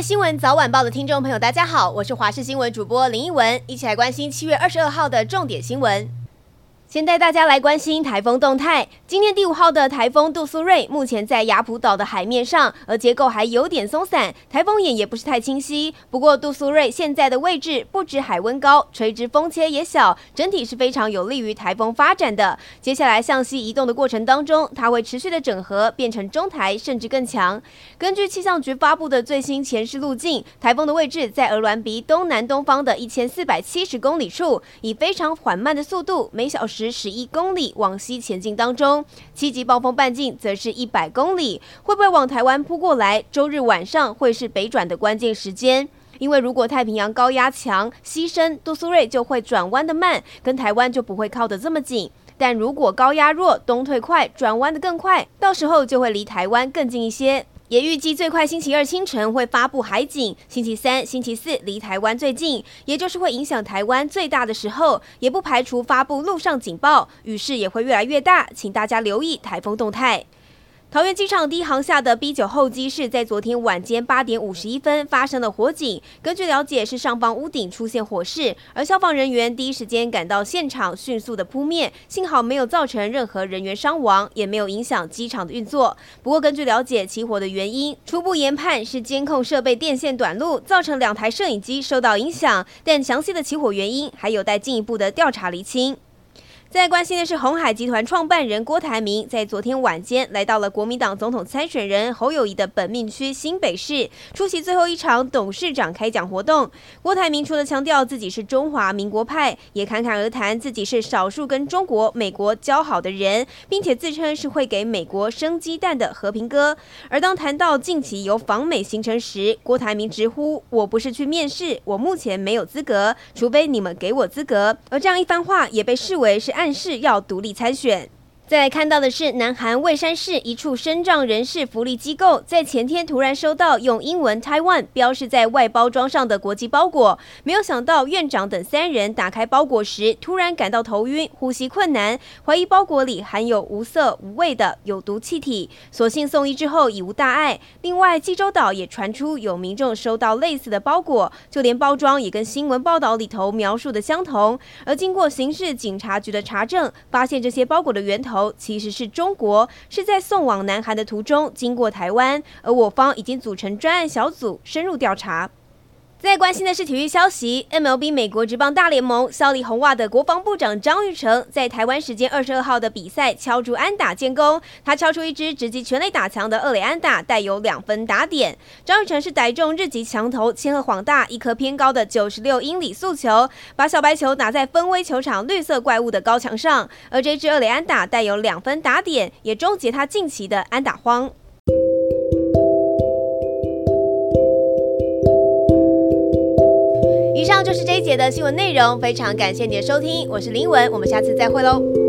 新闻早晚报的听众朋友，大家好，我是华视新闻主播林一文，一起来关心7月22号的重点新闻。先带大家来关心台风动态。今天第5号的台风杜苏芮目前在雅浦岛的海面上，而结构还有点松散，台风眼也不是太清晰。不过杜苏芮现在的位置不止海温高，垂直风切也小，整体是非常有利于台风发展的。接下来向西移动的过程当中，它会持续的整合，变成中台甚至更强。根据气象局发布的最新前视路径，台风的位置在鹅銮鼻东南东方的1470公里处，以非常缓慢的速度，每小时11公里往西前进当中，7级暴风半径则是100公里，会不会往台湾扑过来？周日晚上会是北转的关键时间。因为如果太平洋高压强西伸，杜苏芮就会转弯的慢，跟台湾就不会靠得这么紧。但如果高压弱，东退快，转弯的更快，到时候就会离台湾更近一些。也预计最快星期2清晨会发布海警，星期3、星期4离台湾最近，也就是会影响台湾最大的时候，也不排除发布陆上警报，雨势也会越来越大，请大家留意台风动态。桃园机场第一航厦的 B9 候机室在昨天晚间8点51分发生了火警，根据了解是上方屋顶出现火势，而消防人员第一时间赶到现场，迅速的扑灭，幸好没有造成任何人员伤亡，也没有影响机场的运作。不过根据了解，起火的原因初步研判是监控设备电线短路，造成2台摄影机受到影响，但详细的起火原因还有待进一步的调查厘清。再来关心的是，鸿海集团创办人郭台铭在昨天晚间来到了国民党总统参选人侯友宜的本命区新北市，出席最后一场董事长开讲活动。郭台铭除了强调自己是中华民国派，也侃侃而谈自己是少数跟中国、美国交好的人，并且自称是会给美国生鸡蛋的和平鸽。而当谈到近期有访美行程时，郭台铭直呼：“我不是去面试，我目前没有资格，除非你们给我资格。”而这样一番话也被视为是暗示要独立参选。再来看到的是，南韩蔚山市一处身障人士福利机构，在前天突然收到用英文 Taiwan 标示在外包装上的国际包裹，没有想到院长等3人打开包裹时，突然感到头晕、呼吸困难，怀疑包裹里含有无色无味的有毒气体，所幸送医之后已无大碍。另外，济州岛也传出有民众收到类似的包裹，就连包装也跟新闻报道里头描述的相同。而经过刑事警察局的查证，发现这些包裹的源头其实是中国，是在送往南韩的途中经过台湾，而我方已经组成专案小组深入调查。再关心的是体育消息 ，MLB 美国职棒大联盟效力红袜的国防部长张育成在台湾时间22号的比赛敲出安打建功，他敲出一支直击全垒打墙的2垒安打，带有2分打点。张育成是逮中日籍强投千贺晃大一颗偏高的96英里速球，把小白球打在芬威球场绿色怪物的高墙上，而这支2垒安打带有2分打点，也终结他近期的安打荒。以上就是这一节的新闻内容，非常感谢你的收听，我是林文，我们下次再会喽。